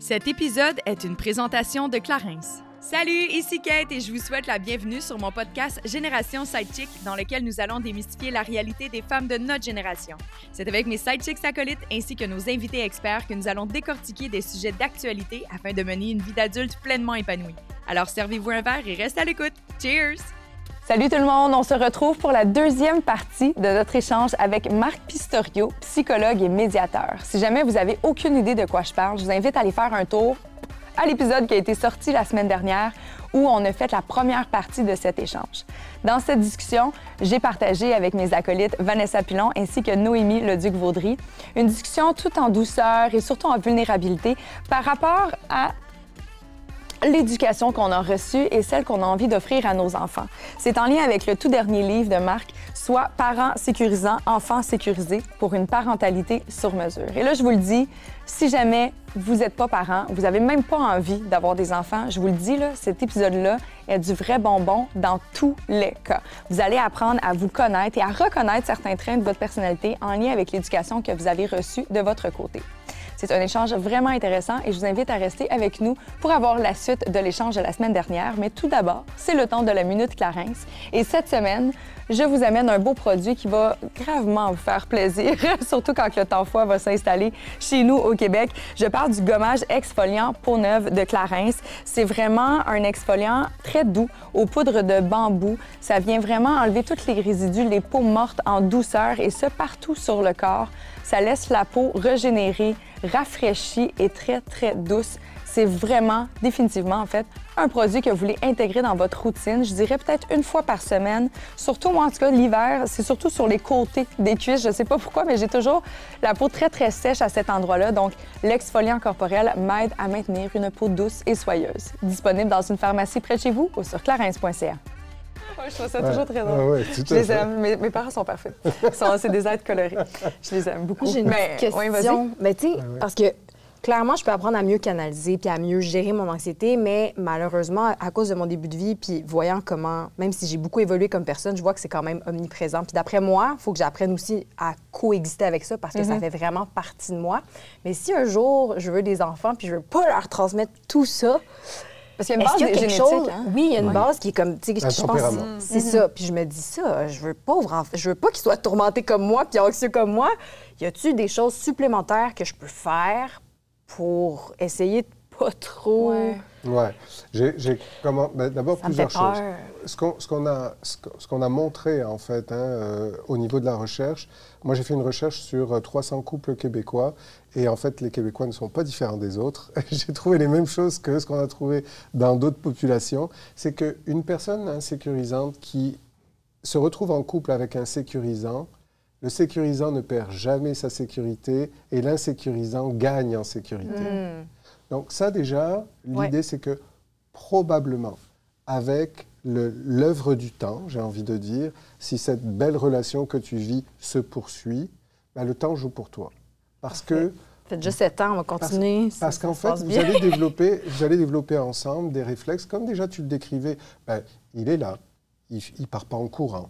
Cet épisode est une présentation de Clarins. Salut, ici Kate et je vous souhaite la bienvenue sur mon podcast Génération Sidechick dans lequel nous allons démystifier la réalité des femmes de notre génération. C'est avec mes sidechicks acolytes ainsi que nos invités experts que nous allons décortiquer des sujets d'actualité afin de mener une vie d'adulte pleinement épanouie. Alors servez-vous un verre et restez à l'écoute. Cheers! Salut tout le monde, on se retrouve pour la deuxième partie de notre échange avec Marc Pistorio, psychologue et médiateur. Si jamais vous avez aucune idée de quoi je parle, je vous invite à aller faire un tour à l'épisode qui a été sorti la semaine dernière où on a fait la première partie de cet échange. Dans cette discussion, j'ai partagé avec mes acolytes Vanessa Pilon ainsi que Noémie Leduc-Vaudry une discussion tout en douceur et surtout en vulnérabilité par rapport à l'éducation qu'on a reçue et celle qu'on a envie d'offrir à nos enfants. C'est en lien avec le tout dernier livre de Marc, soit « Parents sécurisants, enfants sécurisés pour une parentalité sur mesure ». Et là, je vous le dis, si jamais vous n'êtes pas parent, vous n'avez même pas envie d'avoir des enfants, je vous le dis, là, cet épisode-là est du vrai bonbon dans tous les cas. Vous allez apprendre à vous connaître et à reconnaître certains traits de votre personnalité en lien avec l'éducation que vous avez reçue de votre côté. C'est un échange vraiment intéressant et je vous invite à rester avec nous pour avoir la suite de l'échange de la semaine dernière. Mais tout d'abord, c'est le temps de la Minute Clarins. Et cette semaine, je vous amène un beau produit qui va gravement vous faire plaisir, surtout quand le temps froid va s'installer chez nous au Québec. Je parle du gommage exfoliant peau neuve de Clarins. C'est vraiment un exfoliant très doux aux poudres de bambou. Ça vient vraiment enlever tous les résidus, les peaux mortes en douceur et ce, partout sur le corps. Ça laisse la peau régénérée, rafraîchie et très, très douce. C'est vraiment, définitivement, en fait, un produit que vous voulez intégrer dans votre routine. Je dirais peut-être une fois par semaine. Surtout, moi, en tout cas, l'hiver, c'est surtout sur les côtés des cuisses. Je ne sais pas pourquoi, mais j'ai toujours la peau très, très sèche à cet endroit-là. Donc, l'exfoliant corporel m'aide à maintenir une peau douce et soyeuse. Disponible dans une pharmacie près de chez vous ou sur clarins.ca. Ouais, je trouve ça toujours très drôle. Je les aime. Mes parents sont parfaits. C'est des êtres colorés. Je les aime beaucoup. J'ai une question. Ouais, mais tu sais, parce que clairement, je peux apprendre à mieux canaliser puis à mieux gérer mon anxiété, mais malheureusement, à cause de mon début de vie, puis voyant comment, même si j'ai beaucoup évolué comme personne, je vois que c'est quand même omniprésent. Puis d'après moi, il faut que j'apprenne aussi à coexister avec ça parce que ça fait vraiment partie de moi. Mais si un jour, je veux des enfants puis je veux pas leur transmettre tout ça, parce qu'il y a une base génétique, hein? Oui, il y a une base qui est comme, tu sais, je pense, c'est ça. Puis je me dis ça, je veux pas qu'ils soient tourmentés comme moi puis anxieux comme moi. Y a-tu des choses supplémentaires que je peux faire pour essayer de pas trop... Ouais. D'abord, plusieurs choses. Ce qu'on a montré, en fait, au niveau de la recherche, moi, j'ai fait une recherche sur 300 couples québécois et, en fait, les Québécois ne sont pas différents des autres. J'ai trouvé les mêmes choses que ce qu'on a trouvé dans d'autres populations. C'est qu'une personne insécurisante qui se retrouve en couple avec un sécurisant, le sécurisant ne perd jamais sa sécurité et l'insécurisant gagne en sécurité. Donc ça, déjà, l'idée, c'est que probablement, avec l'œuvre du temps, j'ai envie de dire, si cette belle relation que tu vis se poursuit, ben, le temps joue pour toi. Parce que... Ça fait déjà 7 ans, on va continuer. Parce qu'en fait, vous allez développer ensemble des réflexes, comme déjà tu le décrivais. Ben, il est là, il ne part pas en courant.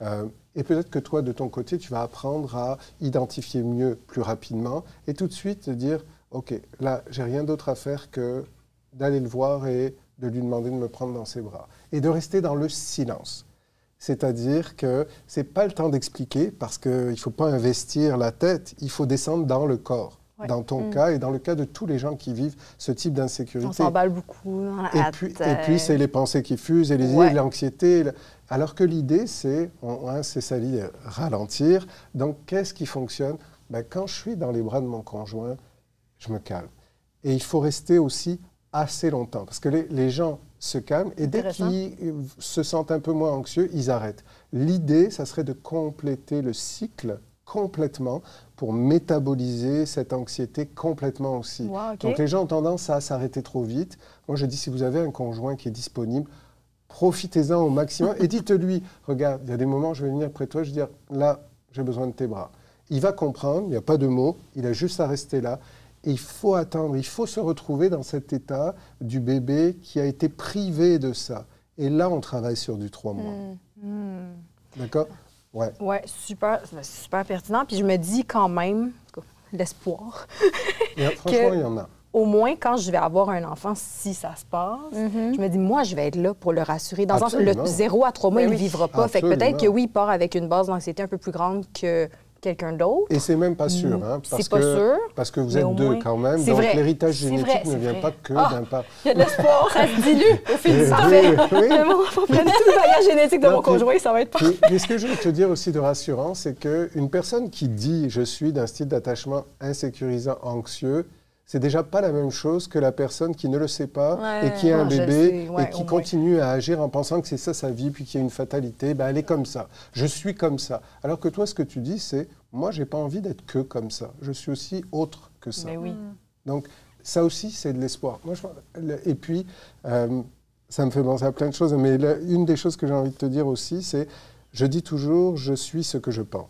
Et peut-être que toi, de ton côté, tu vas apprendre à identifier mieux, plus rapidement, et tout de suite te dire, OK, là, j'ai rien d'autre à faire que d'aller le voir et de lui demander de me prendre dans ses bras. Et de rester dans le silence. C'est-à-dire que ce n'est pas le temps d'expliquer, parce qu'il ne faut pas investir la tête, il faut descendre dans le corps. Dans ton cas et dans le cas de tous les gens qui vivent ce type d'insécurité. On s'emballe beaucoup dans la hâte. Et puis, c'est les pensées qui fusent et les idées, l'anxiété. Alors que l'idée, c'est ça, ralentir. Donc, qu'est-ce qui fonctionne? Ben, quand je suis dans les bras de mon conjoint, je me calme. Et il faut rester aussi assez longtemps. Parce que les gens se calment et dès qu'ils se sentent un peu moins anxieux, ils arrêtent. L'idée, ça serait de compléter le cycle complètement pour métaboliser cette anxiété complètement aussi. Wow, Donc les gens ont tendance à s'arrêter trop vite. Moi je dis, si vous avez un conjoint qui est disponible, profitez-en au maximum et dites-lui, regarde, il y a des moments, je vais venir près de toi, je vais dire, là, j'ai besoin de tes bras. Il va comprendre, il n'y a pas de mots, il a juste à rester là. Et il faut attendre, il faut se retrouver dans cet état du bébé qui a été privé de ça. Et là, on travaille sur du 3 mois. D'accord? Ouais. Ouais, super pertinent. Puis je me dis quand même, l'espoir. Franchement, il y en a. au moins, quand je vais avoir un enfant, si ça se passe, je me dis, moi, je vais être là pour le rassurer. Dans le sens, le 0 à 3 mois, il ne le vivra pas. Fait que peut-être que oui, il part avec une base d'anxiété un peu plus grande que quelqu'un d'autre. Et c'est même pas sûr, hein, c'est pas sûr. Parce que vous êtes deux quand même, donc l'héritage génétique ne vient pas que d'un part. Il y a de l'espoir, ça se dilue au fil du temps. Mon enfant prenne tout le bagage génétique de mon conjoint, ça va être parfait. Mais ce que je veux te dire aussi de rassurant, c'est qu'une personne qui dit « je suis d'un style d'attachement insécurisant, anxieux », c'est déjà pas la même chose que la personne qui ne le sait pas et qui a un bébé et qui continue à agir en pensant que c'est ça sa vie, puis qu'il y a une fatalité, ben elle est comme ça, je suis comme ça. Alors que toi, ce que tu dis, c'est « moi, j'ai pas envie d'être que comme ça, je suis aussi autre que ça ». Mais oui. Donc, ça aussi, c'est de l'espoir. Et puis, ça me fait penser à plein de choses, mais une des choses que j'ai envie de te dire aussi, c'est je dis toujours « je suis ce que je pense ».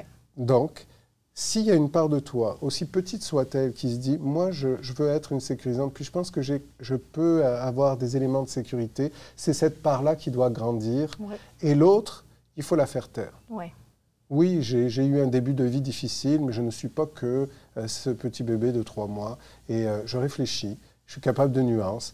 Donc, s'il y a une part de toi, aussi petite soit-elle, qui se dit « moi, je veux être une sécurisante, puis je pense que je peux avoir des éléments de sécurité », c'est cette part-là qui doit grandir. Et l'autre, il faut la faire taire. Oui, j'ai eu un début de vie difficile, mais je ne suis pas que ce petit bébé de 3 mois. Et je réfléchis, je suis capable de nuances.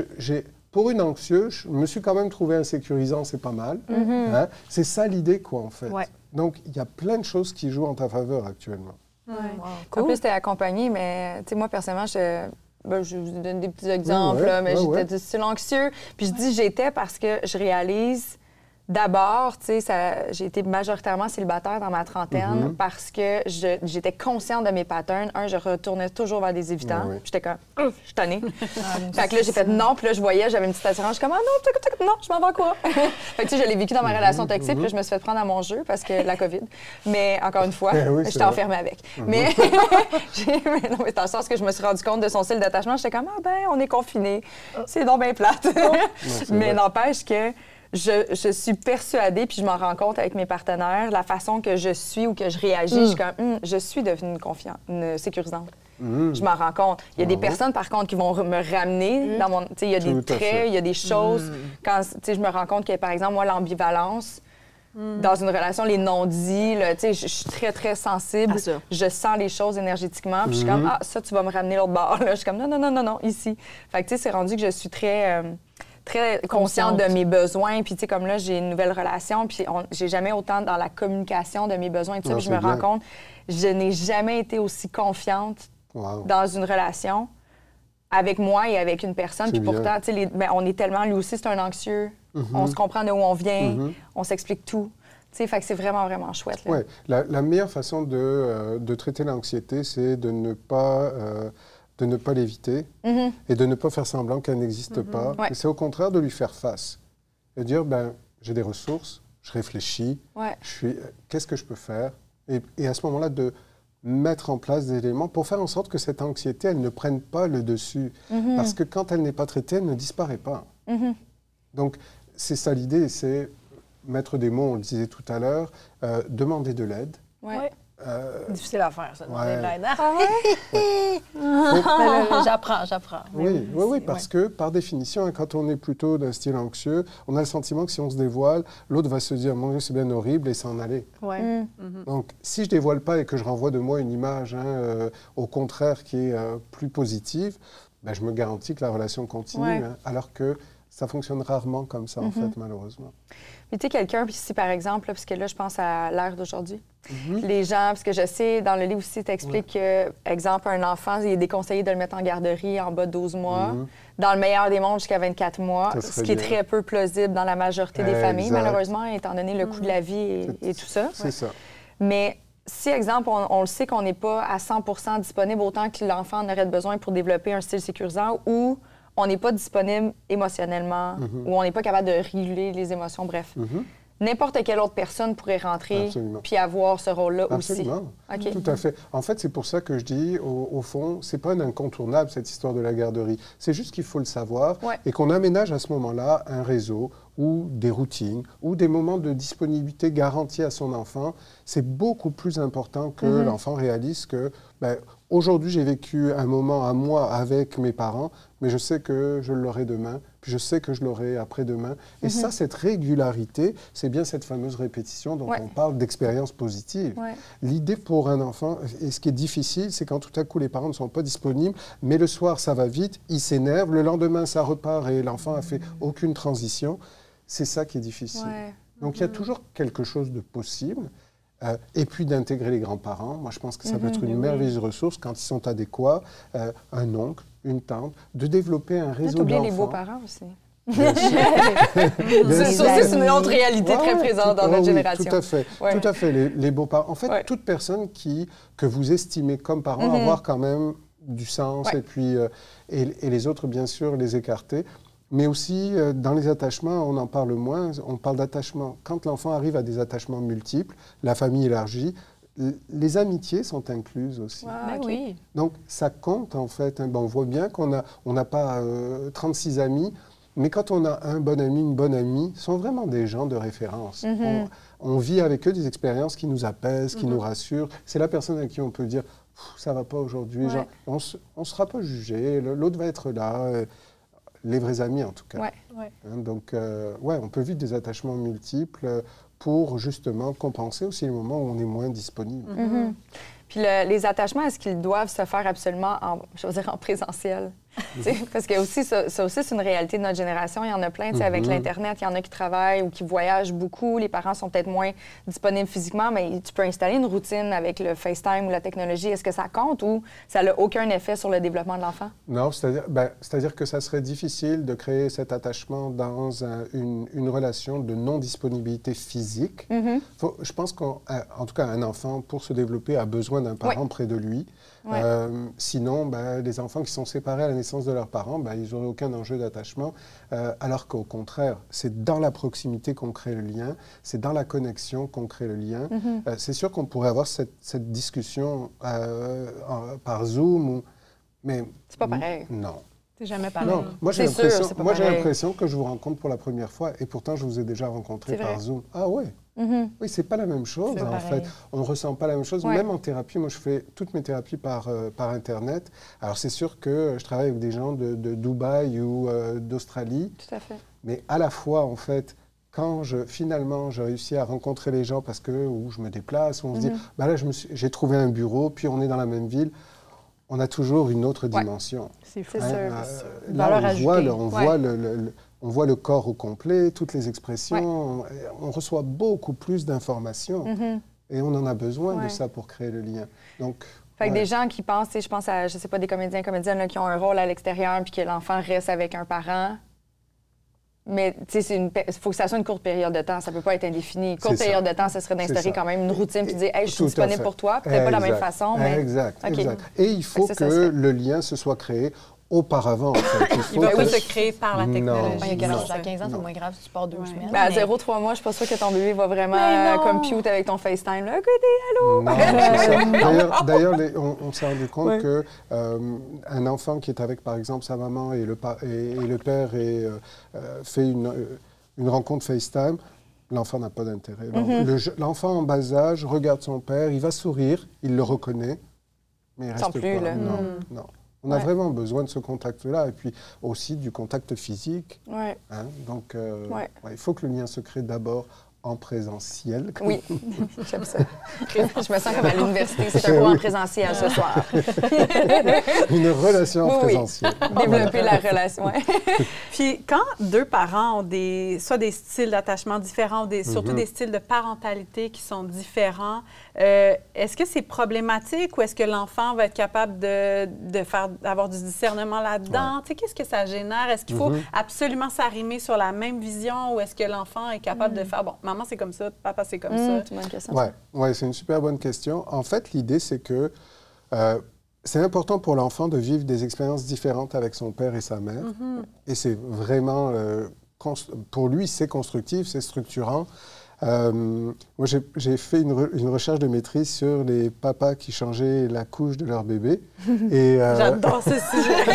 Pour une anxieuse, je me suis quand même trouvé insécurisant, c'est pas mal. Hein? C'est ça l'idée, quoi, en fait. Donc, il y a plein de choses qui jouent en ta faveur actuellement. En plus, tu es accompagnée, mais moi, personnellement, je vous donne des petits exemples, mais j'étais du style anxieux. Puis je dis j'étais parce que je réalise d'abord, j'ai été majoritairement célibataire dans ma trentaine parce que j'étais consciente de mes patterns. Je retournais toujours vers des évitants. J'étais comme, je suis tannée. Fait que là, j'ai fait non. Puis là, je voyais, j'avais une petite attirance. Je suis comme, non, je m'en vais quoi? Fait que je l'ai vécu dans ma relation toxique. Puis là, je me suis fait prendre à mon jeu parce que la COVID. Mais encore une fois, j'étais enfermée avec. Mais dans le sens que je me suis rendu compte de son style d'attachement, j'étais comme, on est confinés. C'est donc bien plate. Mais n'empêche que je suis persuadée, puis je m'en rends compte avec mes partenaires, la façon que je suis ou que je réagis, je suis comme, je suis devenue une sécurisante. Je m'en rends compte. Il y a des personnes, par contre, qui vont me ramener dans mon... Il y a des traits, il y a des choses. Quand je me rends compte que, par exemple, moi, l'ambivalence, dans une relation, les non-dits, je suis très, très sensible. Je sens les choses énergétiquement, puis je suis comme, ça, tu vas me ramener l'autre bord. Là, je suis comme, non, ici. Fait que, c'est rendu que je suis très consciente de mes besoins. Puis, tu sais, comme là, j'ai une nouvelle relation, puis j'ai jamais autant dans la communication de mes besoins et tout ça. Puis je me rends compte, je n'ai jamais été aussi confiante dans une relation avec moi et avec une personne. Puis pourtant, tu sais, on est tellement... Lui aussi, c'est un anxieux. On se comprend de où on vient. On s'explique tout. Tu sais, fait que c'est vraiment, vraiment chouette. Oui. La meilleure façon de traiter l'anxiété, c'est de ne pas l'éviter et de ne pas faire semblant qu'elle n'existe pas. Et c'est au contraire de lui faire face. Et dire, j'ai des ressources, je réfléchis, qu'est-ce que je peux faire? Et à ce moment-là, de mettre en place des éléments pour faire en sorte que cette anxiété, elle ne prenne pas le dessus. Parce que quand elle n'est pas traitée, elle ne disparaît pas. Donc, c'est ça l'idée, c'est mettre des mots, on le disait tout à l'heure, demander de l'aide. Difficile à faire, ça, demander de l'aide. J'apprends. Oui, parce que, par définition, quand on est plutôt d'un style anxieux, on a le sentiment que si on se dévoile, l'autre va se dire « Mon Dieu, c'est bien horrible » et s'en aller. Donc, si je ne dévoile pas et que je renvoie de moi une image, au contraire, qui est plus positive, je me garantis que la relation continue, alors que ça fonctionne rarement comme ça, en fait, malheureusement. Mais tu sais, quelqu'un, puis si par exemple, parce que là, je pense à l'ère d'aujourd'hui, les gens, parce que je sais, dans le livre aussi, tu expliques que, exemple, un enfant, il est déconseillé de le mettre en garderie en bas de 12 mois, dans le meilleur des mondes jusqu'à 24 mois, ce qui est très peu plausible dans la majorité des familles, malheureusement, étant donné le coût de la vie et tout ça. C'est ça. Mais si, exemple, on le sait qu'on n'est pas à 100 % disponible autant que l'enfant en aurait besoin pour développer un style sécurisant ou on n'est pas disponible émotionnellement ou on n'est pas capable de réguler les émotions, bref. N'importe quelle autre personne pourrait rentrer puis avoir ce rôle-là aussi. Okay. Tout à fait. En fait, c'est pour ça que je dis, au fond, c'est pas un incontournable, cette histoire de la garderie. C'est juste qu'il faut le savoir et qu'on aménage à ce moment-là un réseau ou des routines ou des moments de disponibilité garantis à son enfant. C'est beaucoup plus important que l'enfant réalise que aujourd'hui, j'ai vécu un moment à moi avec mes parents, mais je sais que je l'aurai demain, puis je sais que je l'aurai après-demain. Et ça, cette régularité, c'est bien cette fameuse répétition dont on parle d'expérience positive. L'idée pour pour un enfant, et ce qui est difficile, c'est quand tout à coup les parents ne sont pas disponibles, mais le soir ça va vite, ils s'énervent, le lendemain ça repart et l'enfant a fait aucune transition. C'est ça qui est difficile. Ouais. Donc il y a toujours quelque chose de possible. Et puis d'intégrer les grands-parents. Moi, je pense que ça peut être une merveilleuse ressource quand ils sont adéquats. Un oncle, une tante, de développer un réseau d'enfants. T'oublies les beaux-parents aussi. Bien sûr. C'est une autre réalité très présente dans notre génération. Tout à fait. Ouais. Tout à fait. Les beaux-parents. En fait, toute personne que vous estimez comme parent, avoir quand même du sens et puis et les autres, bien sûr, les écarter. Mais aussi, dans les attachements, on en parle moins, on parle d'attachement. Quand l'enfant arrive à des attachements multiples, la famille élargie, les amitiés sont incluses aussi. Ah, okay. Oui. Donc, ça compte, en fait. Hein. On voit bien qu'on n'a pas 36 amis, mais quand on a un bon ami, une bonne amie, ce sont vraiment des gens de référence. On vit avec eux des expériences qui nous apaisent, qui nous rassurent. C'est la personne à qui on peut dire « ça ne va pas aujourd'hui ouais. ». On ne sera pas jugé, l'autre va être là. Les vrais amis, en tout cas. Ouais. Hein, donc, on peut vivre des attachements multiples pour, justement, compenser aussi les moments où on est moins disponible. Puis les attachements, est-ce qu'ils doivent se faire absolument en présentiel? Parce que aussi, ça aussi, c'est une réalité de notre génération. Il y en a plein, avec l'Internet, il y en a qui travaillent ou qui voyagent beaucoup. Les parents sont peut-être moins disponibles physiquement, mais tu peux installer une routine avec le FaceTime ou la technologie. Est-ce que ça compte ou ça n'a aucun effet sur le développement de l'enfant? Non, c'est-à-dire que ça serait difficile de créer cet attachement dans une relation de non-disponibilité physique. Je pense qu'en tout cas, un enfant, pour se développer, a besoin d'un parent près de lui. Sinon, les enfants qui sont séparés à la naissance de leurs parents, ils n'auraient aucun enjeu d'attachement, alors qu'au contraire, c'est dans la proximité qu'on crée le lien, c'est dans la connexion qu'on crée le lien. C'est sûr qu'on pourrait avoir cette discussion par Zoom, mais... C'est pas pareil. Non. C'est jamais pareil. Non, moi j'ai l'impression que je vous rencontre pour la première fois, et pourtant je vous ai déjà rencontré par Zoom. Ah oui. Oui, c'est pas la même chose, en fait. On ne ressent pas la même chose. Même en thérapie, moi, je fais toutes mes thérapies par Internet. Alors, c'est sûr que je travaille avec des gens de Dubaï ou d'Australie. Tout à fait. Mais à la fois, en fait, quand finalement, je réussis à rencontrer les gens où je me déplace, où on se dit, là, j'ai trouvé un bureau, puis on est dans la même ville, on a toujours une autre dimension. C'est sûr. Là, on voit le corps au complet, toutes les expressions. On reçoit beaucoup plus d'informations. Et on en a besoin de ça pour créer le lien. Donc, fait que des gens qui pensent, je pense à, je sais pas, des comédiens, comédiennes là, qui ont un rôle à l'extérieur puis que l'enfant reste avec un parent. Mais il faut que ça soit une courte période de temps. Ça peut pas être indéfini. Courte période de temps, ça serait d'instaurer quand même une routine puis de dire, hey, je suis disponible pour toi. Peut-être pas de la même façon, mais... Exact. Et il faut que le lien se soit créé auparavant, en fait. Il va pas se créer par la technologie. Il y a quel âge? À 15 ans, c'est moins grave si tu pars 2 semaines. À 0-3 mois, je suis pas sûre que ton bébé va vraiment compute avec ton FaceTime. Là, allô? D'ailleurs, on s'est rendu compte qu'un enfant qui est avec, par exemple, sa maman et le père fait une rencontre FaceTime, l'enfant n'a pas d'intérêt. L'enfant en bas âge regarde son père, il va sourire, il le reconnaît, mais il reste plus, pas. Là. Non. On a vraiment besoin de ce contact-là et puis aussi du contact physique. Donc, il faut que le lien se crée d'abord en présentiel. Oui, j'aime ça. Je me sens comme à l'université. C'est un cours en présentiel ce soir. Une relation en présentiel. Développer la relation, Puis quand deux parents ont soit des styles d'attachement différents, surtout des styles de parentalité qui sont différents, est-ce que c'est problématique ou est-ce que l'enfant va être capable d'avoir du discernement là-dedans? Tu sais, qu'est-ce que ça génère? Est-ce qu'il faut absolument s'arrimer sur la même vision ou est-ce que l'enfant est capable de faire, bon, maman c'est comme ça, papa c'est comme ça? C'est une bonne question. Oui, c'est une super bonne question. En fait, l'idée, c'est que c'est important pour l'enfant de vivre des expériences différentes avec son père et sa mère. Et c'est vraiment, pour lui, c'est constructif, c'est structurant. Moi, j'ai fait une recherche de maîtrise sur les papas qui changeaient la couche de leur bébé. J'adore ce sujet!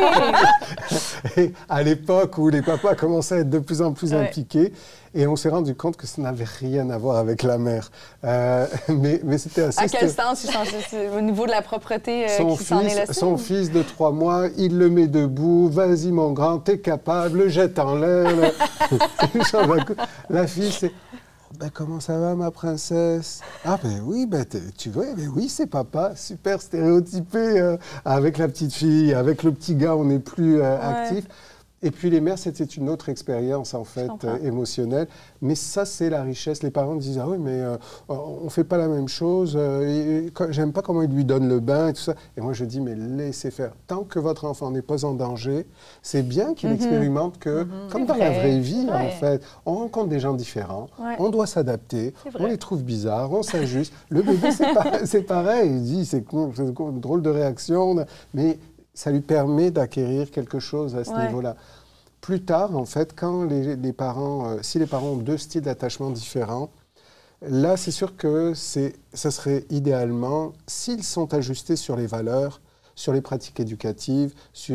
Et à l'époque où les papas commençaient à être de plus en plus impliqués, et on s'est rendu compte que ça n'avait rien à voir avec la mère. Mais c'était assez... À quel sens il changeait au niveau de la propreté qui s'en est laissé? Son fils de 3 mois, il le met debout. Vas-y, mon grand, t'es capable, le jette en l'air. La fille, c'est... ben, comment ça va, ma princesse? Ah, ben oui, ben, tu vois, ben oui, c'est papa, super stéréotypé, avec la petite fille, avec le petit gars, on n'est plus actif. Et puis les mères, c'était une autre expérience, en fait, émotionnelle. Mais ça, c'est la richesse. Les parents disent, ah oui, mais on ne fait pas la même chose. J'aime pas comment il lui donne le bain et tout ça. Et moi, je dis, mais laissez faire. Tant que votre enfant n'est pas en danger, c'est bien qu'il expérimente que, comme dans la vraie vie, en fait, on rencontre des gens différents, on doit s'adapter, on les trouve bizarres, on s'ajuste. Le bébé, c'est pareil. Il dit, c'est une drôle de réaction, mais ça lui permet d'acquérir quelque chose à ce niveau-là. Plus tard, en fait, quand les parents, si les parents ont 2 styles d'attachement différents, là, c'est sûr que ça serait idéalement, s'ils sont ajustés sur les valeurs, sur les pratiques éducatives,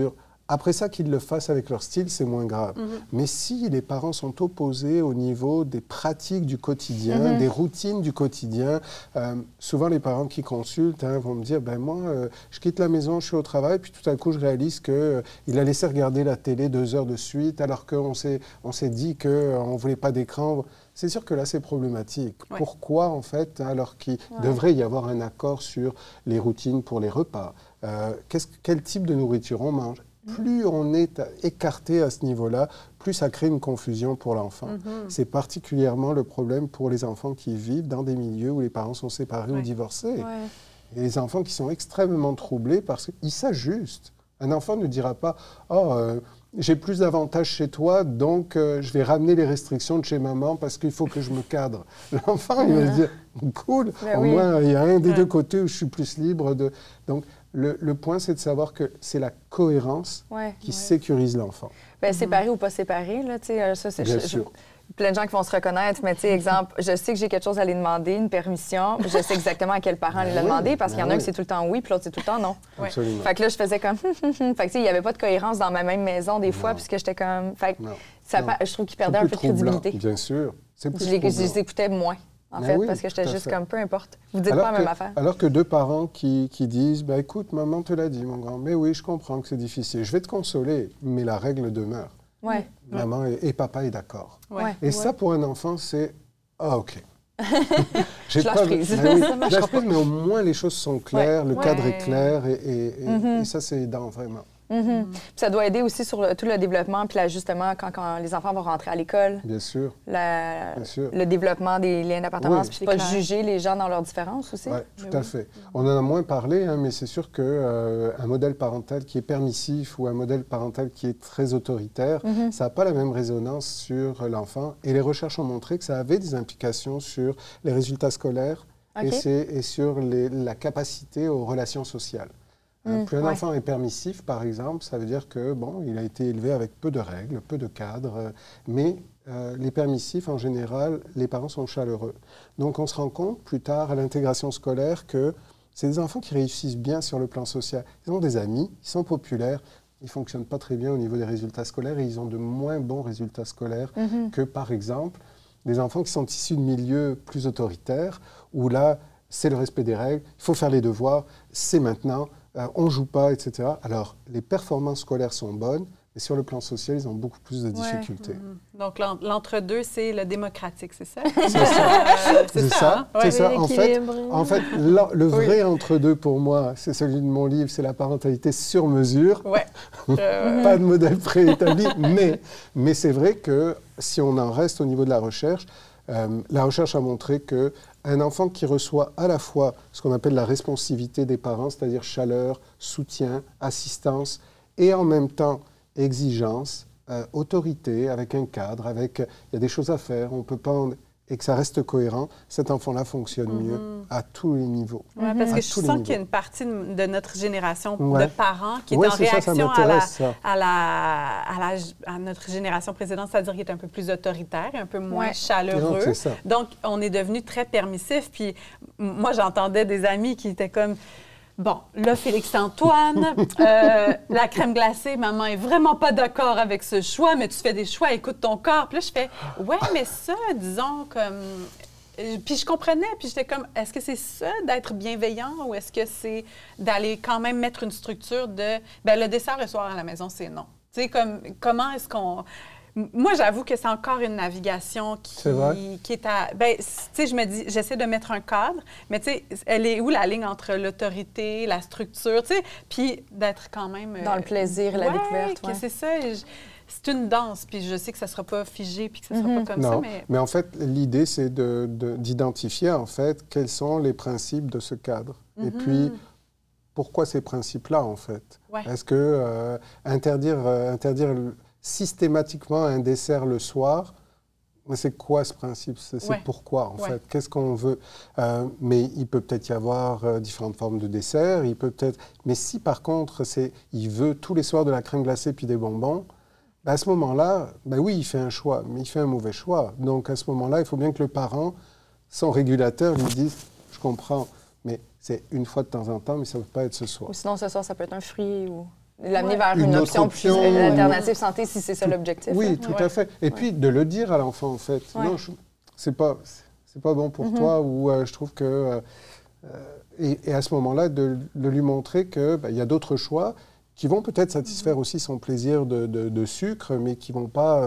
après ça, qu'ils le fassent avec leur style, c'est moins grave. Mais si les parents sont opposés au niveau des pratiques du quotidien, des routines du quotidien, souvent les parents qui consultent vont me dire, ben moi, je quitte la maison, je suis au travail, puis tout à coup, je réalise qu'il a laissé regarder la télé 2 heures de suite, alors qu'on s'est dit qu'on ne voulait pas d'écran. C'est sûr que là, c'est problématique. Pourquoi, en fait, alors qu'il devrait y avoir un accord sur les routines pour les repas, quel type de nourriture on mange? Plus on est écarté à ce niveau-là, plus ça crée une confusion pour l'enfant. C'est particulièrement le problème pour les enfants qui vivent dans des milieux où les parents sont séparés ou divorcés. Et les enfants qui sont extrêmement troublés parce qu'ils s'ajustent. Un enfant ne dira pas « Oh, j'ai plus d'avantages chez toi, donc je vais ramener les restrictions de chez maman parce qu'il faut que je me cadre. » L'enfant, il va se dire « Cool, au moins il y a un des 2 côtés où je suis plus libre de... » Donc, le point, c'est de savoir que c'est la cohérence qui sécurise l'enfant. Bien, séparé ou pas séparé, là, tu sais, ça, c'est... Bien sûr. Plein de gens qui vont se reconnaître, mais tu sais, exemple, je sais que j'ai quelque chose à lui demander, une permission, je sais exactement à quel parent aller le demander, parce qu'il y en a un qui c'est tout le temps oui, puis l'autre c'est tout le temps non. Absolument. Fait que là, je faisais comme... Fait que tu sais, il n'y avait pas de cohérence dans ma même maison des fois, puisque j'étais comme... Fait que je trouve qu'il perdait un peu de crédibilité. Bien sûr. Je les écoutais moins. En fait, parce que j'étais juste comme, peu importe. Vous dites pas la même affaire. Alors que 2 parents qui disent, ben, écoute, maman te l'a dit, mon grand, mais oui, je comprends que c'est difficile. Je vais te consoler, mais la règle demeure. Maman et papa est d'accord. Et ça, pour un enfant, c'est, ah, OK. Je lâche prise. Mais au moins, les choses sont claires, le cadre est clair, et ça, c'est aidant, vraiment. Puis ça doit aider aussi sur tout le développement puis l'ajustement quand les enfants vont rentrer à l'école. Bien sûr. Le développement des liens d'appartenance, puis pas juger les gens dans leurs différences aussi. Oui, tout à fait. On en a moins parlé, mais c'est sûr qu'un modèle parental qui est permissif ou un modèle parental qui est très autoritaire, ça n'a pas la même résonance sur l'enfant. Et les recherches ont montré que ça avait des implications sur les résultats scolaires et sur la capacité aux relations sociales. Plus un enfant est permissif, par exemple, ça veut dire que, bon, il a été élevé avec peu de règles, peu de cadres, mais les permissifs, en général, les parents sont chaleureux. Donc, on se rend compte plus tard à l'intégration scolaire que c'est des enfants qui réussissent bien sur le plan social. Ils ont des amis, ils sont populaires, ils ne fonctionnent pas très bien au niveau des résultats scolaires et ils ont de moins bons résultats scolaires que, par exemple, des enfants qui sont issus de milieux plus autoritaires, où là, c'est le respect des règles, il faut faire les devoirs, c'est maintenant... on ne joue pas, etc. Alors, les performances scolaires sont bonnes, mais sur le plan social, ils ont beaucoup plus de difficultés. Donc, l'entre-deux, c'est le démocratique, c'est ça? C'est ça. C'est ça. En fait, le vrai entre-deux pour moi, c'est celui de mon livre, c'est la parentalité sur mesure. Pas de modèle préétabli, mais c'est vrai que si on en reste au niveau de la recherche a montré que un enfant qui reçoit à la fois ce qu'on appelle la responsivité des parents, c'est-à-dire chaleur, soutien, assistance, et en même temps exigence, autorité, avec un cadre, il y a des choses à faire, on peut pas... et que ça reste cohérent, cet enfant-là fonctionne mieux à tous les niveaux. Oui, parce que je sens qu'il y a une partie de notre génération de parents qui est en réaction à notre génération précédente, c'est-à-dire qui est un peu plus autoritaire, un peu moins chaleureux. Donc, on est devenu très permissif. Puis moi, j'entendais des amis qui étaient comme... Bon, là, Félix-Antoine, la crème glacée, maman est vraiment pas d'accord avec ce choix, mais tu fais des choix, écoute ton corps. Puis là, je fais, ouais, mais ça, disons, comme... Puis je comprenais, puis j'étais comme, est-ce que c'est ça d'être bienveillant ou est-ce que c'est d'aller quand même mettre une structure de, bien, le dessert le soir à la maison, c'est non. Tu sais, comment est-ce qu'on... moi, j'avoue que c'est encore une navigation qui est à... Bien, tu sais, je me dis, j'essaie de mettre un cadre, mais tu sais, elle est où la ligne entre l'autorité, la structure, tu sais, puis d'être quand même... Dans le plaisir et la découverte, que c'est ça. C'est une danse, puis je sais que ça ne sera pas figé, puis que ça ne sera pas comme ça, mais en fait, l'idée, c'est d'identifier, en fait, quels sont les principes de ce cadre. Et puis, pourquoi ces principes-là, en fait? Est-ce que interdire systématiquement un dessert le soir, c'est quoi ce principe? C'est pourquoi, en fait? Qu'est-ce qu'on veut? Mais il peut peut-être y avoir différentes formes de dessert, il peut peut-être... Mais si, par contre, il veut tous les soirs de la crème glacée puis des bonbons, à ce moment-là, oui, il fait un choix, mais il fait un mauvais choix. Donc, à ce moment-là, il faut bien que le parent, son régulateur, lui dise « Je comprends, mais c'est une fois de temps en temps, mais ça ne peut pas être ce soir. » Ou sinon, ce soir, ça peut être un fruit ou... L'amener vers une option plus alternative santé, si c'est ça l'objectif. Oui, tout à fait. Et puis, de le dire à l'enfant, en fait. Non, c'est pas bon pour toi, ou je trouve que... et à ce moment-là, de lui montrer qu'il y a d'autres choix qui vont peut-être satisfaire aussi son plaisir de sucre, mais qui ne vont pas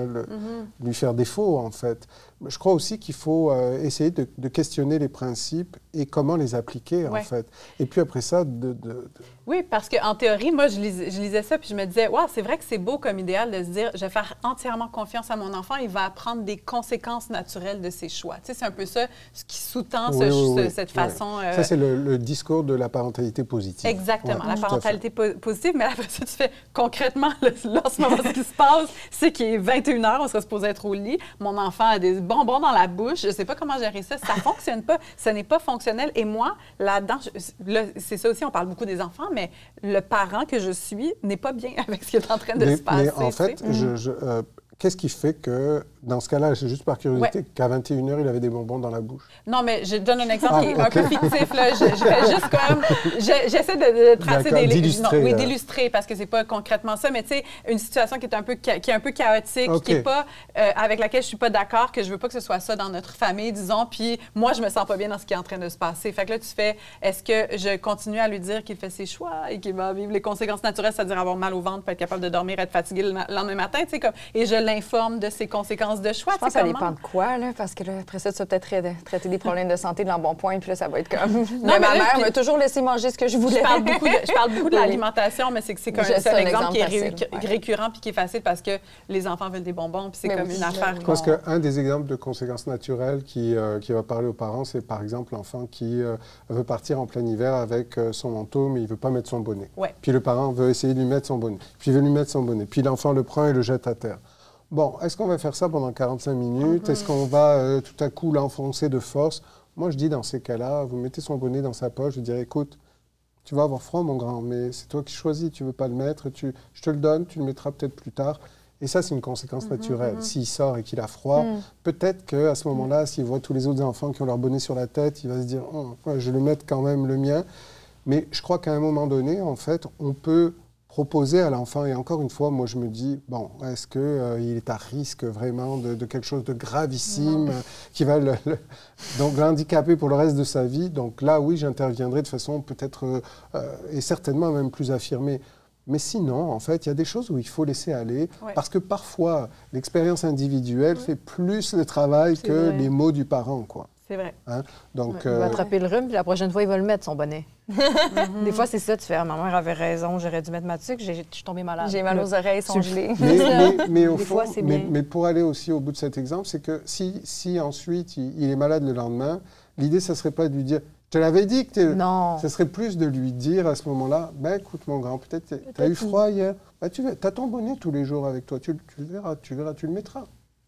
lui faire défaut, en fait. Je crois aussi qu'il faut essayer de questionner les principes et comment les appliquer, en fait. Et puis après ça, Oui, parce qu'en théorie, moi, je lisais ça, puis je me disais, wow, c'est vrai que c'est beau comme idéal de se dire, je vais faire entièrement confiance à mon enfant, il va apprendre des conséquences naturelles de ses choix. Tu sais, c'est un peu ça, ce qui sous-tend cette façon... Ça, c'est le discours de la parentalité positive. Exactement, la parentalité positive, mais après ça, tu fais concrètement, là, en ce moment, ce qui se passe, c'est qu'il est 21h, on serait supposé être au lit, mon enfant a des bonbons dans la bouche, je ne sais pas comment gérer ça, ça ne fonctionne pas, ce n'est pas fonctionnel. Et moi, là-dedans, c'est ça aussi, on parle beaucoup des enfants, mais le parent que je suis n'est pas bien avec ce qui est en train de se passer. Mais en fait, qu'est-ce qui fait que, dans ce cas-là, c'est juste par curiosité, qu'à 21h, il avait des bonbons dans la bouche? Non, mais je donne un exemple qui est un peu fictif. Là. Je fais juste comme... J'essaie de tracer des... d'illustrer, parce que c'est pas concrètement ça, mais tu sais, une situation qui est un peu chaotique, qui est pas... avec laquelle je suis pas d'accord, que je veux pas que ce soit ça dans notre famille, disons, puis moi, je me sens pas bien dans ce qui est en train de se passer. Fait que là, tu fais, est-ce que je continue à lui dire qu'il fait ses choix et qu'il va vivre les conséquences naturelles, c'est-à-dire avoir mal au ventre, pas être capable de dormir, être fatigué le lendemain matin, tu sais, comme... Et je l'informe de ses conséquences de choix. Je pense que ça dépend de quoi, là, parce que là, après ça, tu vas peut-être traiter des problèmes de santé de l'embonpoint, puis là, ça va être comme... ma mère m'a toujours laissé manger ce que je voulais. Je parle beaucoup de l'alimentation, mais c'est un exemple qui est récurrent puis qui est facile parce que les enfants veulent des bonbons, puis c'est comme une affaire. Je pense qu'un des exemples de conséquences naturelles qui va parler aux parents, c'est par exemple l'enfant qui veut partir en plein hiver avec son manteau, mais il ne veut pas mettre son bonnet. Puis le parent veut essayer de lui mettre son bonnet. Puis il veut lui mettre son bonnet. Puis l'enfant le prend et le jette à terre. Bon, est-ce qu'on va faire ça pendant 45 minutes? Est-ce qu'on va tout à coup l'enfoncer de force? Moi, je dis dans ces cas-là, vous mettez son bonnet dans sa poche, je dirais, écoute, tu vas avoir froid, mon grand, mais c'est toi qui choisis, tu ne veux pas le mettre, je te le donne, tu le mettras peut-être plus tard. Et ça, c'est une conséquence naturelle. S'il sort et qu'il a froid, peut-être qu'à ce moment-là, s'il voit tous les autres enfants qui ont leur bonnet sur la tête, il va se dire, je vais le mettre quand même le mien. Mais je crois qu'à un moment donné, en fait, on peut proposer à l'enfant, et encore une fois, moi je me dis, bon, est-ce qu'il est à risque vraiment de quelque chose de gravissime qui va donc l'handicaper pour le reste de sa vie? Donc là, oui, j'interviendrai de façon peut-être, et certainement même plus affirmée. Mais sinon, en fait, il y a des choses où il faut laisser aller, parce que parfois, l'expérience individuelle fait plus le travail que les mots du parent, quoi. C'est vrai. Hein? Donc, il va attraper le rhume, puis la prochaine fois, il va le mettre, son bonnet. Des fois, c'est ça, tu fais, ma mère avait raison, j'aurais dû mettre ma tuque, je suis tombée malade. J'ai mal aux oreilles, sont gelées. Mais au fond, mais pour aller aussi au bout de cet exemple, c'est que si ensuite il est malade le lendemain, l'idée, ça ne serait pas de lui dire, je te l'avais dit que non. Ça serait plus de lui dire à ce moment-là, écoute mon grand, peut-être tu as eu froid hier, tu as ton bonnet tous les jours avec toi, tu le verras, tu le mettras.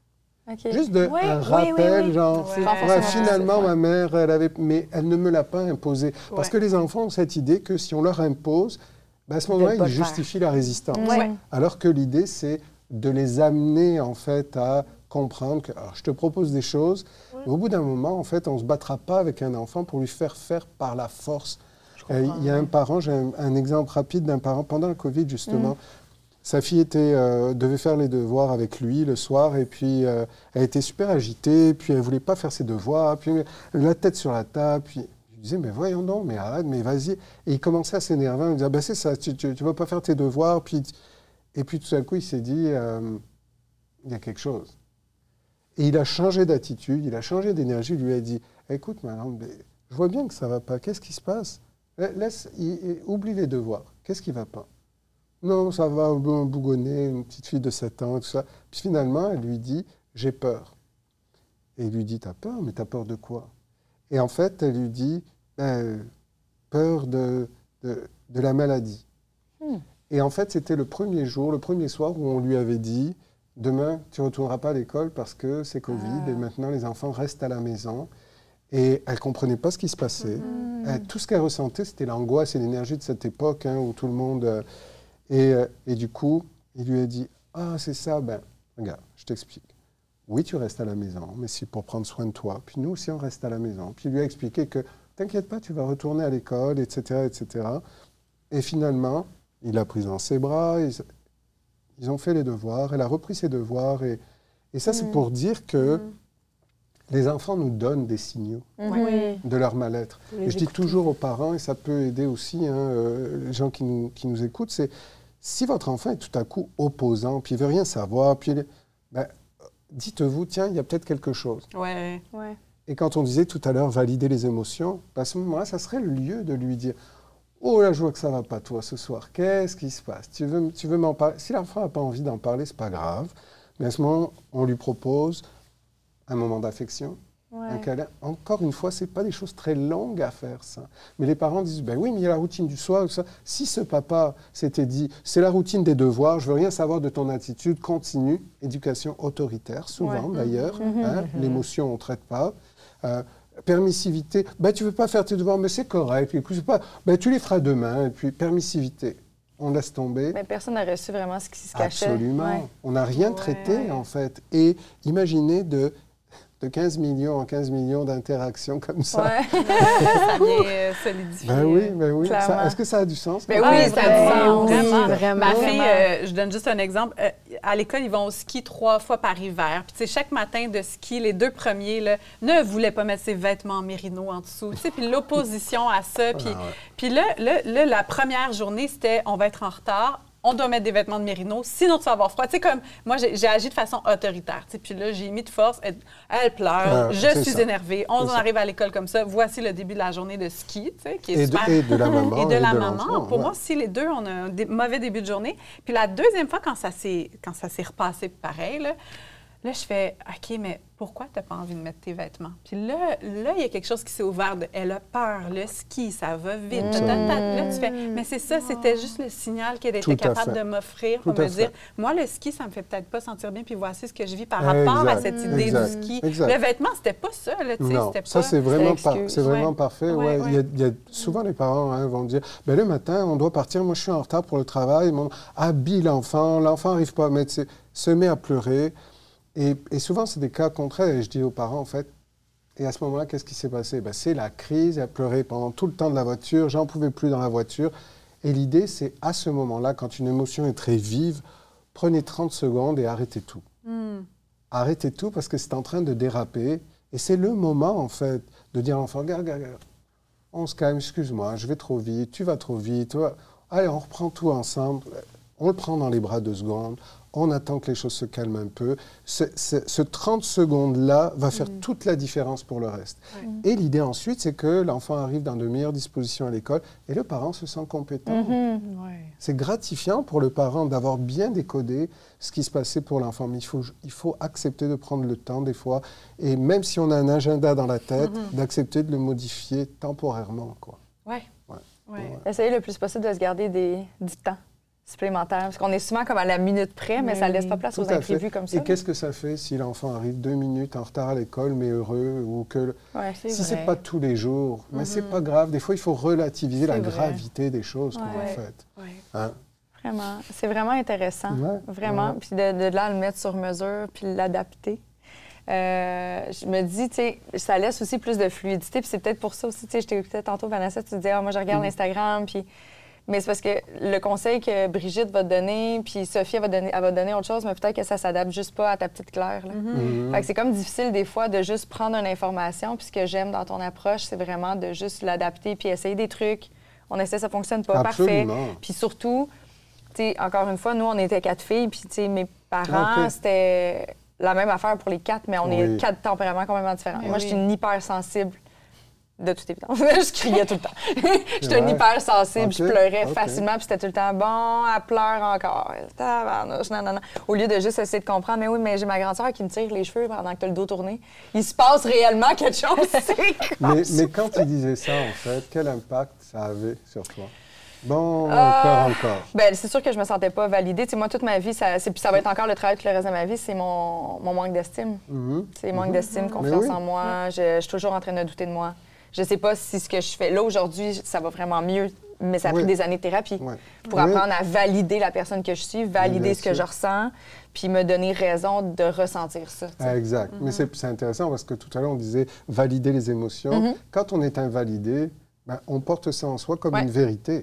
Okay. Juste un rappel, genre, finalement, ma mère, mais elle ne me l'a pas imposé. Parce que les enfants ont cette idée que si on leur impose, à ce moment-là, ils justifient la résistance. Alors que l'idée, c'est de les amener, en fait, à comprendre que, alors, je te propose des choses, mais au bout d'un moment, en fait, on ne se battra pas avec un enfant pour lui faire par la force. Il y a un parent, j'ai un exemple rapide d'un parent, pendant le Covid, justement, sa fille devait faire les devoirs avec lui le soir, et puis elle était super agitée, puis elle ne voulait pas faire ses devoirs, puis la tête sur la table, puis je lui disais, mais voyons donc, mais arrête, mais vas-y. Et il commençait à s'énerver, il me disait, c'est ça, tu ne vas pas faire tes devoirs, et puis tout à coup, il s'est dit, il y a quelque chose. Et il a changé d'attitude, il a changé d'énergie, il lui a dit, écoute, madame, je vois bien que ça ne va pas, qu'est-ce qui se passe? Oublie les devoirs, qu'est-ce qui ne va pas? Non, ça va, bougonner, une petite fille de 7 ans, tout ça. Puis finalement, elle lui dit, j'ai peur. Et il lui dit, t'as peur? Mais t'as peur de quoi? Et en fait, elle lui dit, peur de la maladie. Et en fait, c'était le premier soir où on lui avait dit, demain, tu ne retourneras pas à l'école parce que c'est Covid et maintenant les enfants restent à la maison. Et elle ne comprenait pas ce qui se passait. Tout ce qu'elle ressentait, c'était l'angoisse et l'énergie de cette époque où tout le monde... Et du coup, il lui a dit, c'est ça, regarde, je t'explique. Oui, tu restes à la maison, mais c'est pour prendre soin de toi. Puis nous aussi, on reste à la maison. Puis il lui a expliqué que, t'inquiète pas, tu vas retourner à l'école, etc., etc. Et finalement, il l'a prise dans ses bras, ils ont fait les devoirs, elle a repris ses devoirs. Et ça, c'est pour dire que les enfants nous donnent des signaux de leur mal-être. Et je dis toujours aux parents, et ça peut aider aussi les gens qui nous écoutent, c'est si votre enfant est tout à coup opposant, puis il ne veut rien savoir, puis dites-vous, tiens, il y a peut-être quelque chose. Ouais. Et quand on disait tout à l'heure valider les émotions, à ce moment-là, ça serait le lieu de lui dire, oh là, je vois que ça ne va pas toi ce soir, qu'est-ce qui se passe? Tu veux m'en parler? Si l'enfant n'a pas envie d'en parler, ce n'est pas grave, mais à ce moment, on lui propose un moment d'affection, un câlin. Encore une fois, ce n'est pas des choses très longues à faire, ça. Mais les parents disent, oui, mais il y a la routine du soir. Ça. Si ce papa s'était dit, c'est la routine des devoirs, je ne veux rien savoir de ton attitude, continue, éducation autoritaire, souvent d'ailleurs, l'émotion, on ne traite pas. Permissivité, tu ne veux pas faire tes devoirs, mais c'est correct. Et puis, tu les feras demain. Et puis, permissivité, on laisse tomber. Mais personne n'a reçu vraiment ce qui se cachait. Absolument. On n'a rien traité, en fait. Et imaginez de 15 millions en 15 millions d'interactions comme ça. Ça vient solidifier. Oui. Est-ce que ça a du sens? Oui, ça a du sens. Vraiment. Ma fille, je donne juste un exemple. À l'école, ils vont au ski 3 fois par hiver. Puis, chaque matin de ski, les 2 premiers ne voulaient pas mettre ses vêtements en mérino en dessous. Puis l'opposition à ça. Puis là, la première journée, c'était on va être en retard. On doit mettre des vêtements de mérino, sinon tu vas avoir froid. Tu sais, comme moi, j'ai agi de façon autoritaire. Puis là, j'ai mis de force. Elle pleure, je suis énervée. On arrive à l'école comme ça. Voici le début de la journée de ski, tu sais, qui est super. Et de la maman. Et de la maman. Pour moi, si les deux, on a un mauvais début de journée. Puis la deuxième fois, quand ça s'est repassé pareil, là, je fais OK, mais pourquoi tu n'as pas envie de mettre tes vêtements? Puis là, il y a quelque chose qui s'est ouvert. Elle a peur, le ski, ça va vite. Là, tu fais, mais c'est ça, c'était juste le signal qu'elle était capable de m'offrir pour me dire, moi, le ski, ça me fait peut-être pas sentir bien, puis voici ce que je vis par rapport à cette idée du ski. Le vêtement, c'était pas ça. Là, non, ça, c'est vraiment parfait. Il y a souvent, les parents vont dire, le matin, on doit partir, moi, je suis en retard pour le travail. Habille l'enfant n'arrive pas à mettre, se met à pleurer. Et souvent, c'est des cas contraires. Et je dis aux parents, en fait, et à ce moment-là, qu'est-ce qui s'est passé? C'est la crise. Elle a pleuré pendant tout le temps de la voiture. J'en pouvais plus dans la voiture. Et l'idée, c'est à ce moment-là, quand une émotion est très vive, prenez 30 secondes et arrêtez tout. Arrêtez tout parce que c'est en train de déraper. Et c'est le moment, en fait, de dire à l'enfant, regarde, on se calme, excuse-moi, je vais trop vite, tu vas trop vite. Allez, on reprend tout ensemble. On le prend dans les bras 2 secondes. On attend que les choses se calment un peu. Ce 30 secondes-là va faire toute la différence pour le reste. Et l'idée ensuite, c'est que l'enfant arrive dans de meilleures dispositions à l'école et le parent se sent compétent. C'est gratifiant pour le parent d'avoir bien décodé ce qui se passait pour l'enfant. Mais il faut accepter de prendre le temps des fois. Et même si on a un agenda dans la tête, d'accepter de le modifier temporairement. Essayez le plus possible de se garder du temps supplémentaire, parce qu'on est souvent comme à la minute près, mais ça ne laisse pas place aux imprévus comme ça. Et qu'est-ce que ça fait si l'enfant arrive 2 minutes en retard à l'école, mais heureux, ou que... si ce n'est pas tous les jours, mais ce n'est pas grave. Des fois, il faut relativiser la gravité des choses que vous faites. Vraiment. C'est vraiment intéressant. Vraiment. Puis de là, le mettre sur mesure, puis l'adapter. Je me dis, tu sais, ça laisse aussi plus de fluidité, puis c'est peut-être pour ça aussi, tu sais, je t'écoutais tantôt, Vanessa, tu disais, moi, je regarde Instagram, puis... Mais c'est parce que le conseil que Brigitte va te donner, puis Sophie, elle va te donner autre chose, mais peut-être que ça ne s'adapte juste pas à ta petite Claire. Fait que c'est comme difficile des fois de juste prendre une information, puis ce que j'aime dans ton approche, c'est vraiment de juste l'adapter, puis essayer des trucs. On essaie, ça ne fonctionne pas, parfait. Puis surtout, tu sais, encore une fois, nous, on était 4 filles, puis, tu sais, mes parents, c'était la même affaire pour les 4, mais on est 4 tempéraments complètement différents. Moi, je suis une hypersensible. De toute évidence. Je criais tout le temps. J'étais une hypersensible, je pleurais facilement, puis c'était tout le temps, bon, elle pleure encore. Non. Au lieu de juste essayer de comprendre, mais oui, mais j'ai ma grande sœur qui me tire les cheveux pendant que tu as le dos tourné. Il se passe réellement quelque chose. mais quand tu disais ça, en fait, quel impact ça avait sur toi? Bon, encore. Ben, c'est sûr que je me sentais pas validée. Tu sais, moi, toute ma vie, ça va être encore le travail tout le reste de ma vie, c'est mon manque d'estime. C'est manque d'estime, confiance en moi. Je suis toujours en train de douter de moi. Je sais pas si ce que je fais là aujourd'hui, ça va vraiment mieux, mais ça a pris des années de thérapie pour apprendre à valider la personne que je suis, valider ce que je ressens, puis me donner raison de ressentir ça. Exact. Mais c'est intéressant parce que tout à l'heure, on disait valider les émotions. Quand on est invalidé, on porte ça en soi comme une vérité.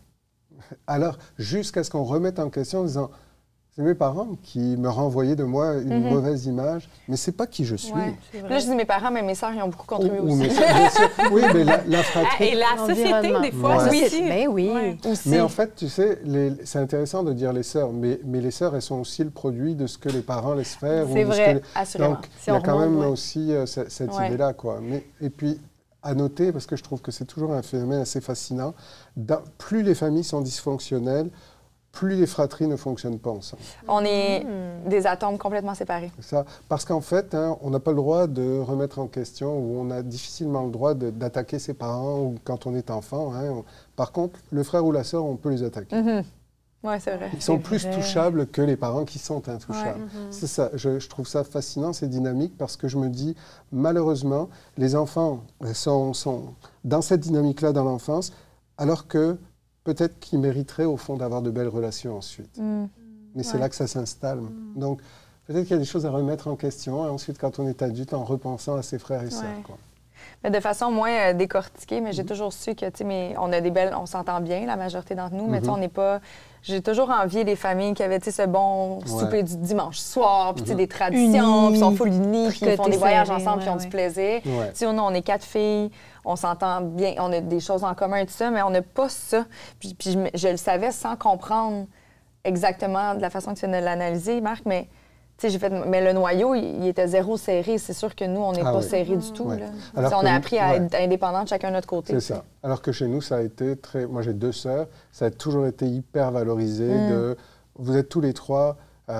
Alors, jusqu'à ce qu'on remette en question en disant... C'est mes parents qui me renvoyaient de moi une mauvaise image, mais c'est pas qui je suis. Là, je dis mes parents, mais mes sœurs, ils ont beaucoup contribué aussi. Oui, mais la fratrie... Et la société, des fois, aussi. Mais oui. Mais en fait, tu sais, c'est intéressant de dire les sœurs, mais les sœurs, elles sont aussi le produit de ce que les parents laissent faire. C'est vrai, assurément. Donc, il y a quand même aussi cette idée-là, quoi. Et puis, à noter, parce que je trouve que c'est toujours un phénomène assez fascinant, plus les familles sont dysfonctionnelles, plus les fratries ne fonctionnent pas ensemble. On est des atomes complètement séparés. Ça, parce qu'en fait, on n'a pas le droit de remettre en question ou on a difficilement le droit d'attaquer ses parents ou quand on est enfant. Par contre, le frère ou la sœur, on peut les attaquer. Oui, c'est vrai. Ils sont plus touchables que les parents qui sont intouchables. C'est ça. Je trouve ça fascinant, c'est dynamique, parce que je me dis, malheureusement, les enfants sont dans cette dynamique-là dans l'enfance, alors que peut-être qu'ils mériteraient, au fond, d'avoir de belles relations ensuite. Mais c'est là que ça s'installe. Donc, peut-être qu'il y a des choses à remettre en question, et ensuite, quand on est adulte, en repensant à ses frères et sœurs. Mais de façon moins décortiquée, mais j'ai toujours su que, tu sais, on s'entend bien, la majorité d'entre nous, mais tu sais, on n'est pas... J'ai toujours envié les familles qui avaient, tu sais, ce bon souper du dimanche soir, puis tu sais, des traditions, puis sont full unis, puis ils font des voyages ensemble, puis ils ont du plaisir. Tu sais, on est 4 filles, on s'entend bien, on a des choses en commun et tout ça, mais on n'a pas ça. Puis je le savais sans comprendre exactement de la façon que tu viens de l'analyser, Marc, mais... Mais le noyau, il était zéro serré. C'est sûr que nous, on n'est pas serré du tout. Là. On a appris à être indépendants de chacun de notre côté. C'est ça. Alors que chez nous, ça a été très... Moi, j'ai 2 sœurs. Ça a toujours été hyper valorisé. Vous êtes tous les 3,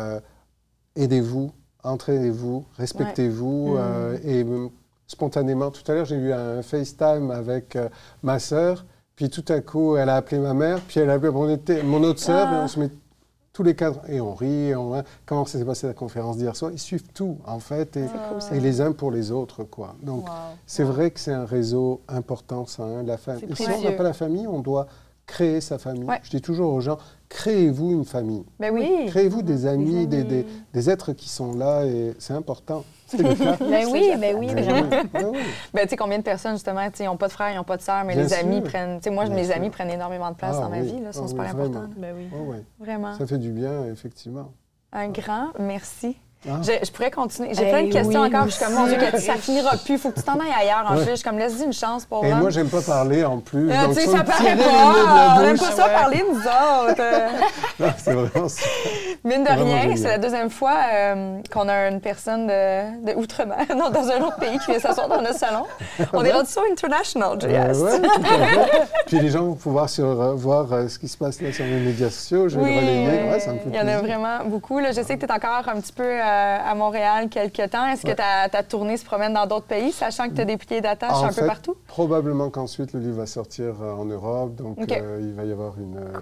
aidez-vous, entraînez-vous, respectez-vous. Et spontanément, tout à l'heure, j'ai eu un FaceTime avec ma sœur. Puis tout à coup, elle a appelé ma mère. Puis elle a appelé mon autre sœur. Et on se met tous les 4, et on rit, comment ça s'est passé la conférence d'hier soir? Ils suivent tout, en fait, et les uns pour les autres, quoi. Donc, c'est vrai que c'est un réseau important, ça, la famille. Et si on n'a pas la famille, on doit créer sa famille. Je dis toujours aux gens, créez-vous une famille. Ben oui. Créez-vous des amis, des êtres qui sont là, et c'est important. C'est le cas. Ben oui, vraiment. Ben, tu sais, combien de personnes, justement, ils n'ont pas de frères, ils n'ont pas de sœurs, mais les amis prennent... Tu sais, moi, mes amis prennent énormément de place dans ma vie, là, sont super importants. Ben oui. Vraiment. Ça fait du bien, effectivement. Un grand merci. Je pourrais continuer. J'ai plein de questions encore. Je suis comme, mon Dieu, ça finira plus. Il faut que tu t'en ailles ailleurs. En plus, je suis comme, laisse-y une chance pour Et moi, j'aime pas parler en plus. Tu sais, ça paraît pas. On n'aime pas ça parler, nous autres. C'est vraiment ça. Mine de rien, c'est la 2e fois qu'on a une personne de Outre-mer, non, dans un autre pays qui vient s'asseoir dans notre salon. On est rendu so international, JS. Oui, tout à fait. Puis les gens vont pouvoir voir ce qui se passe là sur les médias sociaux. Je vais le relayer. Ça me fait plaisir. Il y en a vraiment beaucoup. Là, je sais que tu es encore un petit peu à Montréal quelque temps. Est-ce que ta tournée se promène dans d'autres pays, sachant que tu as des pieds d'attache un peu partout? Probablement qu'ensuite, le livre va sortir en Europe. Donc, il va y avoir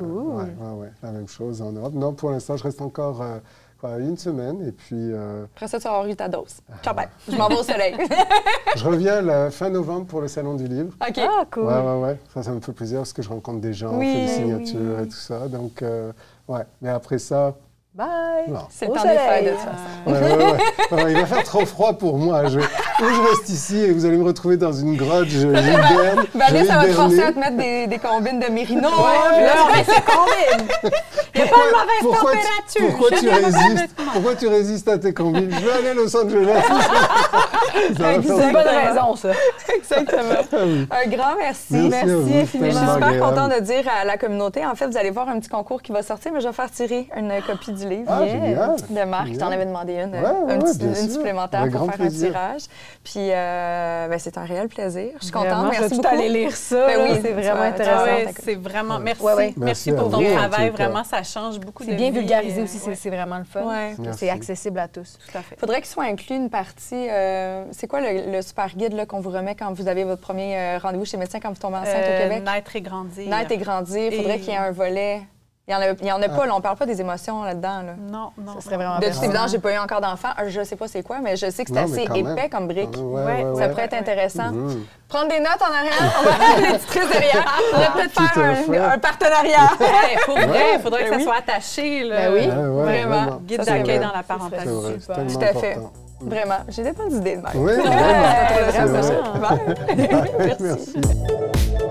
la même chose en Europe. Non, pour l'instant, je reste encore 1 semaine. Et puis... Après ça, tu vas avoir eu ta dose. Ciao, bye. Je m'en vais au soleil. Je reviens la fin novembre pour le Salon du livre. OK. Ah, cool. Ouais. Ça me fait plaisir parce que je rencontre des gens, on fait des signatures et tout ça. Donc, Mais après ça... Bye! C'est le temps des fêtes, de toute façon. Il va faire trop froid pour moi. Je reste ici et vous allez me retrouver dans une grotte, je hiberne. Vanessa, ça va te forcer à te mettre des combines de mérino. Non, mais c'est combine! Il n'y a pas de mauvaise température! Pourquoi tu résistes? Pourquoi tu résistes à tes combines? Je veux aller à Los Angeles. C'est une bonne raison, ça. Exactement. Un grand merci. Merci infiniment. Je suis super agréable. contente de dire à la communauté, en fait, vous allez voir un petit concours qui va sortir, mais je vais faire tirer une copie du livre génial. de Marc. Génial. Je t'en avais demandé une, bien une sûr. supplémentaire Avec pour grand faire plaisir. un tirage. Puis, c'est un réel plaisir. Je suis contente. Vraiment, je vais Merci tout beaucoup. aller lire ça. Ben oui, c'est vraiment tu vas- intéressant. Ouais, c'est vraiment... Merci. Ouais. Merci Merci pour à ton vous, en travail. tout cas. Vraiment, ça change beaucoup de C'est bien vie, vulgarisé aussi, ouais. c'est vraiment le fun. Ouais. Merci. C'est accessible à tous. Tout à fait. Il faudrait qu'il soit inclus une partie. C'est quoi le super guide là, qu'on vous remet quand vous avez votre premier rendez-vous chez le médecin quand vous tombez enceinte au Québec? Naître et grandir. Naître et grandir. Il faudrait Et- qu'il y ait un volet. Il n'y en a pas, là, on parle pas des émotions là-dedans. Là. Non, non. Ça serait vraiment De toute pertinent. évidence, j'ai pas eu encore d'enfant. Je sais pas c'est quoi, mais je sais que c'est Non, mais assez quand épais même. comme brique. Ouais. Ça pourrait être intéressant. Mhm. Prendre des notes en arrière, on va faire les petites derrière. On va peut-être Tout à faire fait. un partenariat. Pour vrai, il faudrait que Ben ça oui. soit attaché. Là. Ben oui. Vraiment. Guide Ça, c'est d'accueil vrai. dans la C'est parentalité. vrai, c'est tellement Tout à fait. important. Vraiment. J'ai des bonnes idées de même. Oui, Vraiment. vraiment. Vraiment. C'est vrai. Merci. Merci.